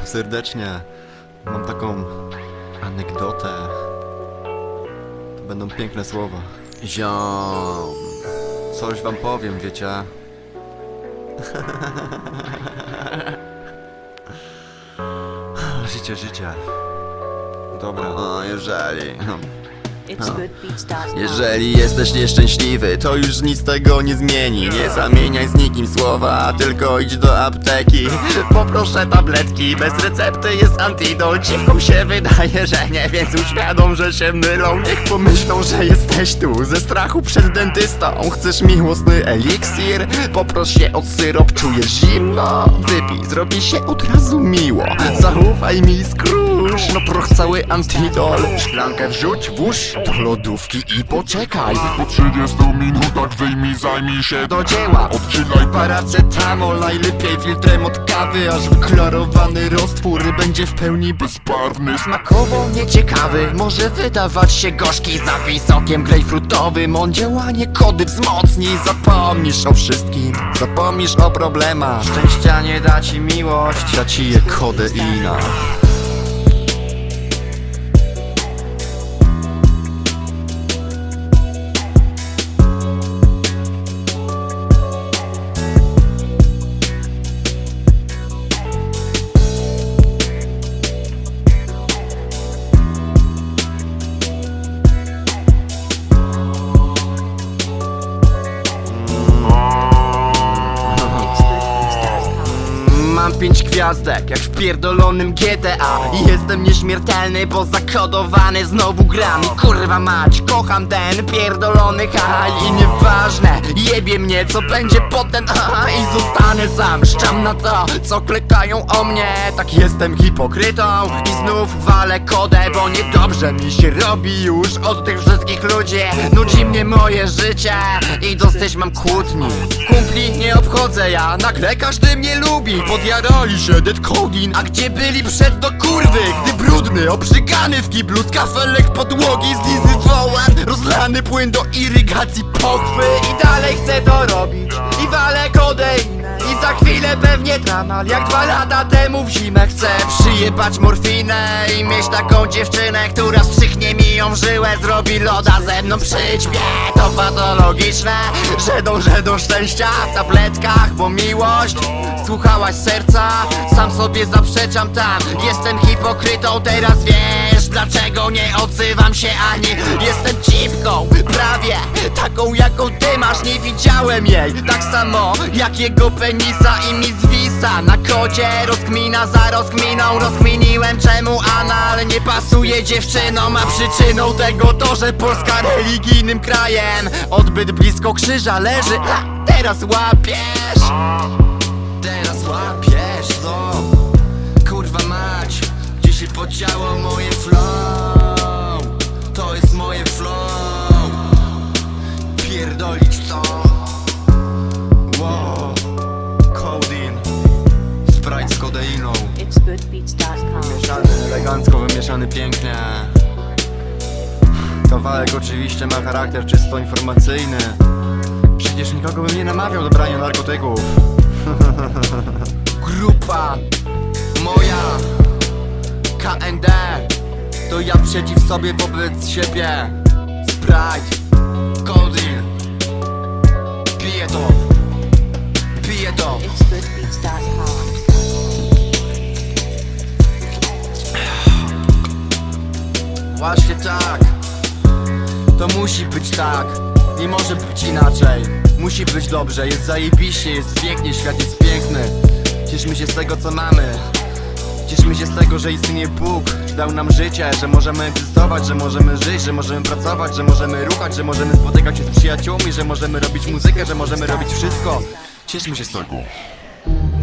serdecznie. Mam taką anegdotę. To będą piękne słowa. Ziom, coś wam powiem, wiecie? Życie. Dobra, jeżeli jesteś nieszczęśliwy, to już nic tego nie zmieni. Nie zamieniaj z nikim słowa, tylko idź do apteki. Poproszę tabletki, bez recepty jest antidol. Dziwkom się wydaje, że nie, więc uświadom, że się mylą. Niech pomyślą, że jesteś tu ze strachu przed dentystą. Chcesz miłosny eliksir? Poproś się o syrop, czujesz zimno? Wypij, zrobi się od razu miło. Zaufaj mi, skróż, no proch cały antidol. Szklankę wrzuć, włóż do lodówki i poczekaj. Po 30 minutach wyjmij, zajmij się Do dzieła, odczynaj paracetamol, najlepiej filtrem od kawy, aż wyklarowany roztwór będzie w pełni bezbarwny. smakowo nieciekawy. Może wydawać się gorzki, zapij sokiem grejpfrutowym. On działanie kody wzmocni. Zapomnisz o wszystkim, zapomnisz o problemach. Szczęścia nie da ci miłość, da ci je kodeina. Mam 5 gwiazdek, jak w pierdolonym GTA. I jestem nieśmiertelny, bo zakodowany znowu gram. I kurwa mać, kocham ten pierdolony haj. I nieważne, jebie mnie, co będzie potem. I zostanę sam, szczam na to, co klekają o mnie. Tak jestem hipokrytą i znów walę kodę, bo niedobrze mi się robi już od tych wszystkich ludzi. Nudzi mnie moje życie i dosyć mam kłótni. Kumpli nie obchodzę ja, nagle każdy mnie lubi. Podjarali się dead coding, a gdzie byli przed do kurwy? Gdy brudny, obrzygany w kiblu, z kafelek podłogi zlizywałem rozlany płyn do irygacji pochwy. I dalej chcę to robić i walę kodeinę. I za chwilę pewnie tramal, jak 2 lata temu w zimę. Chcę przyjebać morfinę i mieć taką dziewczynę, która strzyknie mi ją w żyłę, zrobi loda ze mną przy ćmie. To patologiczne, że dążę do szczęścia w tabletkach, bo miłość słuchałaś serca, sam sobie zaprzeczam tam. Jestem hipokrytą, teraz wiesz dlaczego nie odzywam się ani jestem cipką, prawie taką jaką ty masz. Nie widziałem jej, tak samo jak jego penisa i mi zwisa na kodzie. Rozkmina za rozkminą, rozkminiłem czemu anal nie pasuje dziewczynom. A przyczyną tego to, że Polska religijnym krajem, odbyt blisko krzyża leży. Teraz łapiesz, teraz łapiesz, co? Kurwa mać, gdzie się podziało moje flow? To jest moje flow. Pierdolić to. Wow, codeine, Sprite z kodeiną. Mieszany, elegancko wymieszany pięknie. Kawałek oczywiście ma charakter czysto informacyjny. Przecież nikogo bym nie namawiał do brania narkotyków. Grupa moja KND to ja przeciw sobie wobec siebie. Sprite, codeine. Piję to, piję to. Właśnie tak. To musi być tak. Nie może być inaczej. Musi być dobrze, jest zajebiście, jest pięknie, świat jest piękny. Cieszmy się z tego co mamy. Cieszmy się z tego, że istnieje Bóg. Dał nam życie, że możemy egzystować, że możemy żyć, że możemy pracować, że możemy ruchać, że możemy spotykać się z przyjaciółmi, że możemy robić muzykę, że możemy robić wszystko. Cieszmy się z tego.